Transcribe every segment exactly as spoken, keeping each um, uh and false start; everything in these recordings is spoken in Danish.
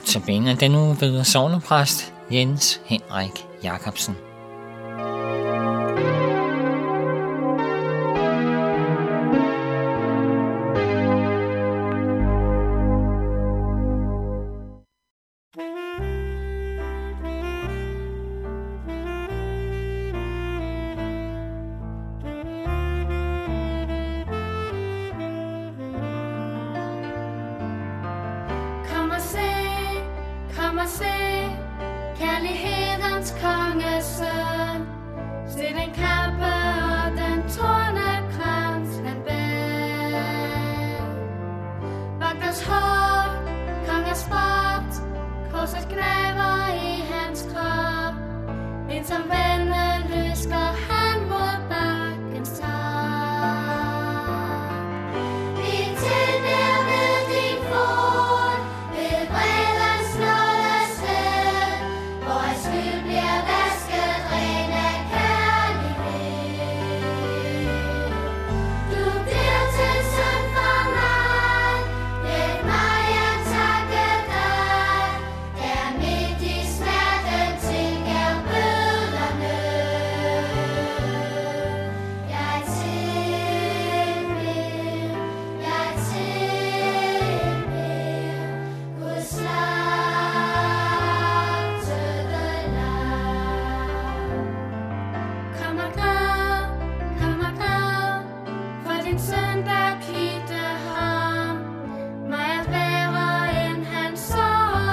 Notabene den uge ved sognepræst Jens Henrik Jacobsen. Kom og se, kærlighedens kongesøn. Se den kappe og den tornekrans han bærer. Vagters hår, kongens bort, korset gnaver i hans krop. En som vennen lysker han mod bakkens top. Vi tænder ved din fod, ved bredens nådested, hvor hans skyld bliver vasket ren af kærlighed. Du bliver til synd for mig, hjælp mig at takke dig, der midt i smerten tilgav bøderne. Jeg tilbeder, jeg tilbeder Guds slaktede lam. Kom og græd, kom og græd, for din søn der kidte ham. Mig at være end han sår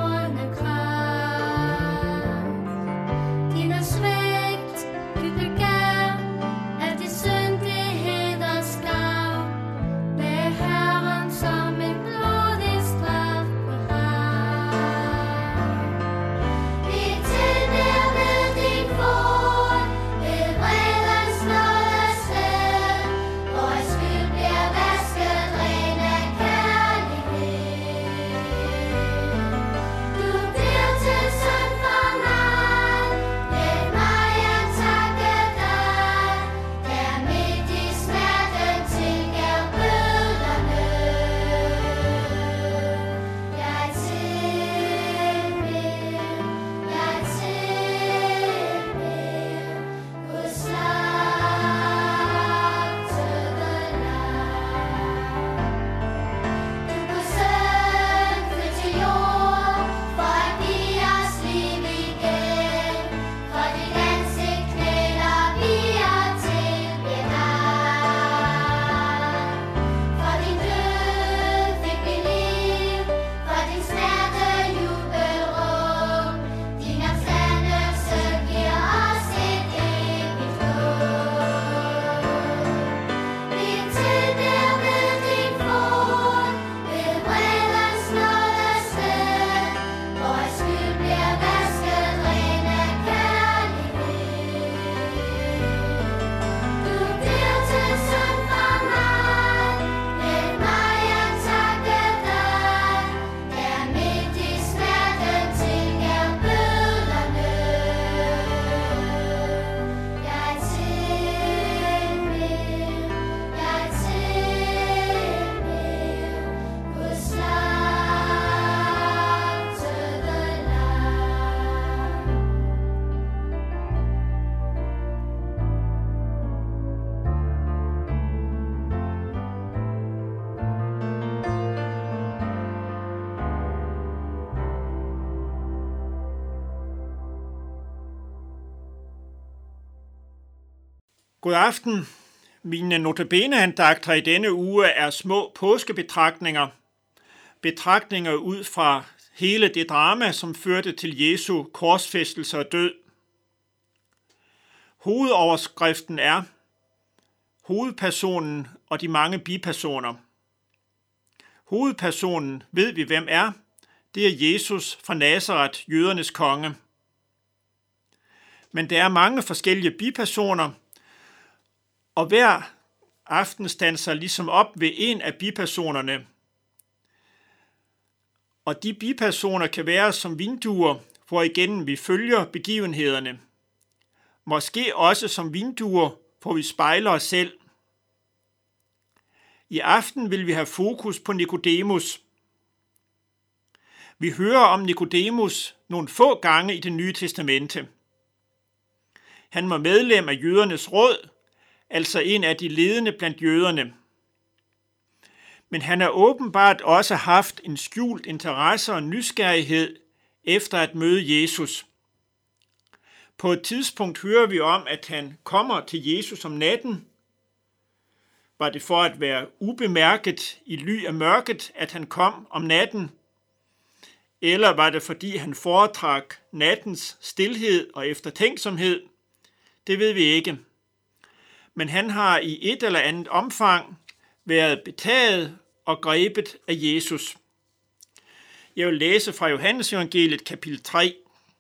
tornekrans. Dine svigt, dit begær, al de syndigheders skam, lagde Herren som en blodig straf på ham. Vi tilbeder ved din fod, ved bredens nådested, hvor hans skyld bliver vasket ren af kærlighed. Du bliver til synd for mig, hjælp mig at takke dig, der midt i smerten tilgav bøderne. Jeg tilbeder, jeg tilbeder Guds slaktede lam. Du blev søn født til jord, for at give os liv igen. For dit ansigt knæler vi og tilbeder dig. For din død fik vi liv, for din smerte jubelråb. Din opstandelse giver os et evigt håb. Vi tilbeder ved din fod, ved bredens nådested, hvor hans skyld bliver vasket ren af kærlighed. Du bliver til synd for mig, hjælp mig at takke dig, der midt i smerten tilgav bøderne. Jeg tilbeder, jeg tilbeder Guds slaktede God aften. Mine notabeneandagter i denne uge er små påskebetragtninger. Betragtninger ud fra hele det drama, som førte til Jesu korsfæstelse og død. Hovedoverskriften er hovedpersonen og de mange bipersoner. Hovedpersonen ved vi hvem er. Det er Jesus fra Nazaret, jødernes konge. Men der er mange forskellige bipersoner, og hver aften standser ligesom op ved en af bipersonerne. Og de bipersoner kan være som vinduer, hvor igennem vi følger begivenhederne. Måske også som vinduer, hvor vi spejler os selv. I aften vil vi have fokus på Nikodemus. Vi hører om Nikodemus nogle få gange i Det Nye Testamente. Han var medlem af jødernes råd, altså en af de ledende blandt jøderne. Men han har åbenbart også haft en skjult interesse og nysgerrighed efter at møde Jesus. På et tidspunkt hører vi om, at han kommer til Jesus om natten. Var det for at være ubemærket i ly af mørket, at han kom om natten? Eller var det fordi han foretrak nattens stilhed og eftertænksomhed? Det ved vi ikke. Men han har i et eller andet omfang været betaget og grebet af Jesus. Jeg vil læse fra Johannes evangeliet kapitel tre.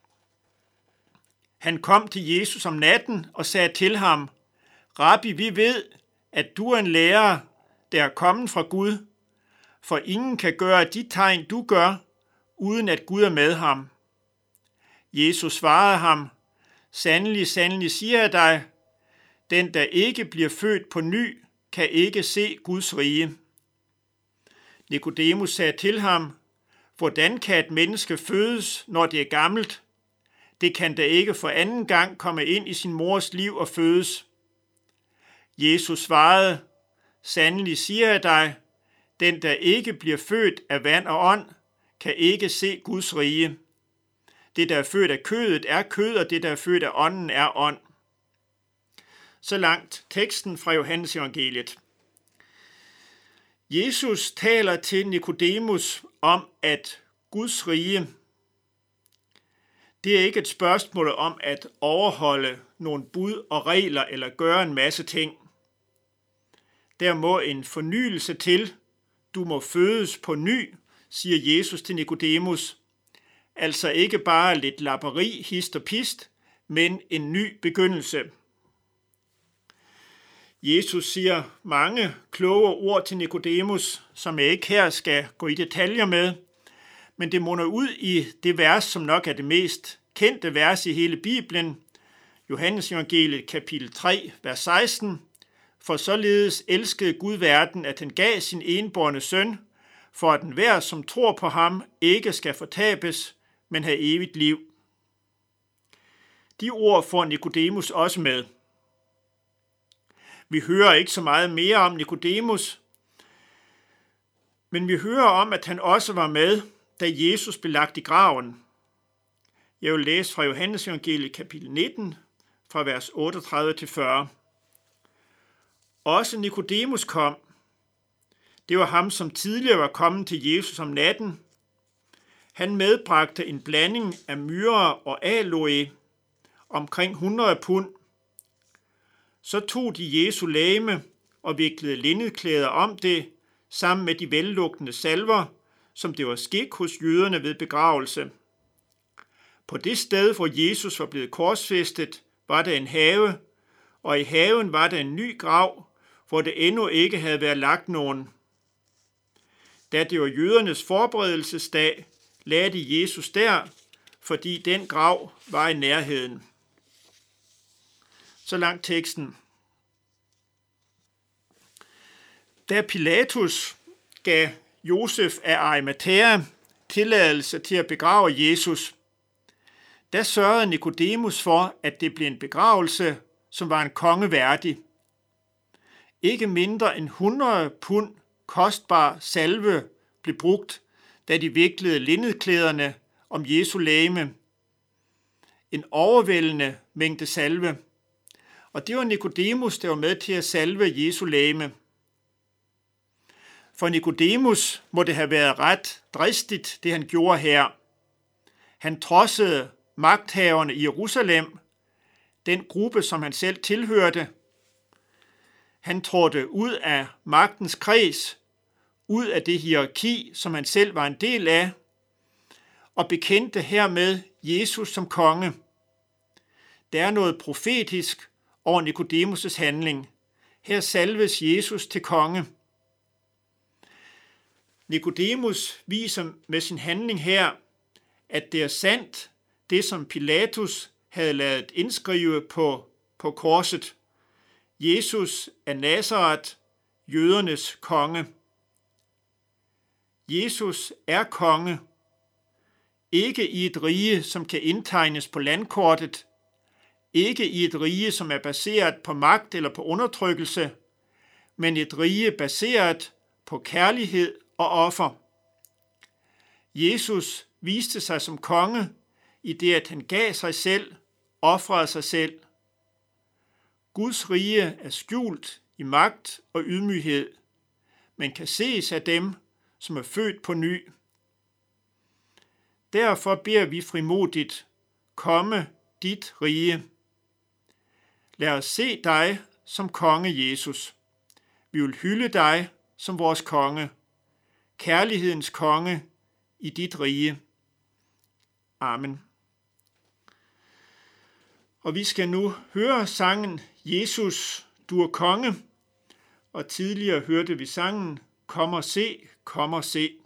Han kom til Jesus om natten og sagde til ham, Rabbi, vi ved, at du er en lærer, der er kommet fra Gud, for ingen kan gøre de tegn, du gør, uden at Gud er med ham. Jesus svarede ham, Sandelig, sandelig siger jeg dig, den der ikke bliver født på ny, kan ikke se Guds rige. Nikodemus sagde til ham, Hvordan kan et menneske fødes, når det er gammelt? Det kan da ikke for anden gang komme ind i sin mors liv og fødes. Jesus svarede, Sandelig siger jeg dig, den der ikke bliver født af vand og ånd, kan ikke se Guds rige. Det, der er født af kødet, er kød, og det, der er født af ånden, er ånd. Så langt teksten fra Johannes evangeliet. Jesus taler til Nikodemus om, at Guds rige, det er ikke et spørgsmål om at overholde nogle bud og regler eller gøre en masse ting. Der må en fornyelse til. Du må fødes på ny, siger Jesus til Nikodemus. Altså ikke bare lidt lapperi, hist og pist, men en ny begyndelse. Jesus siger mange kloge ord til Nikodemus, som jeg ikke her skal gå i detaljer med, men det munder ud i det vers, som nok er det mest kendte vers i hele Bibelen, Johannes evangeliet kapitel tre, vers seksten. For således elskede Gud verden, at han gav sin enbårne søn, for at enhver, som tror på ham, ikke skal fortabes, men have evigt liv. De ord får Nikodemus også med. Vi hører ikke så meget mere om Nikodemus, men vi hører om, at han også var med, da Jesus blev lagt i graven. Jeg vil læse fra Johannes evangeliet kapitel nitten, fra vers otteogtredive til fyrre. Også Nikodemus kom. Det var ham, som tidligere var kommet til Jesus om natten. Han medbragte en blanding af myrrhe og aloe, omkring hundrede pund. Så tog de Jesu legeme og viklede linnedklæder om det, sammen med de vellugtende salver, som det var skik hos jøderne ved begravelse. På det sted, hvor Jesus var blevet korsfæstet, var der en have, og i haven var der en ny grav, hvor det endnu ikke havde været lagt nogen. Da det var jødernes forberedelsesdag, lagde de Jesus der, fordi den grav var i nærheden. Så langt teksten. Da Pilatus gav Josef af Arimathæa tilladelse til at begrave Jesus, der sørgede Nikodemus for, at det blev en begravelse, som var en konge værdig. Ikke mindre end hundrede pund kostbar salve blev brugt, da de viklede linnedklæderne om Jesu legeme. En overvældende mængde salve. Og det var Nikodemus, der var med til at salve Jesu legeme. For Nikodemus må det have været ret dristigt, det han gjorde her. Han trodsede magthaverne i Jerusalem, den gruppe, som han selv tilhørte. Han trådte ud af magtens kreds, ud af det hierarki, som han selv var en del af, og bekendte hermed Jesus som konge. Der er noget profetisk over Nikodemus' handling. Her salves Jesus til konge. Nikodemus viser med sin handling her, at det er sandt, det som Pilatus havde ladet indskrive på, på korset. Jesus af Nazaret, jødernes konge. Jesus er konge, Ikke i et rige, som kan indtegnes på landkortet. Ikke i et rige, som er baseret på magt eller på undertrykkelse, men et rige baseret på kærlighed og offer. Jesus viste sig som konge i det, at han gav sig selv, ofrede sig selv. Guds rige er skjult i magt og ydmyghed, men kan ses af dem, som er født på ny. Derfor beder vi frimodigt, komme dit rige. Lad os se dig som konge, Jesus. Vi vil hylde dig som vores konge, kærlighedens konge i dit rige. Amen. Og vi skal nu høre sangen Jesus, du er konge, og tidligere hørte vi sangen Kom og se, kom og se.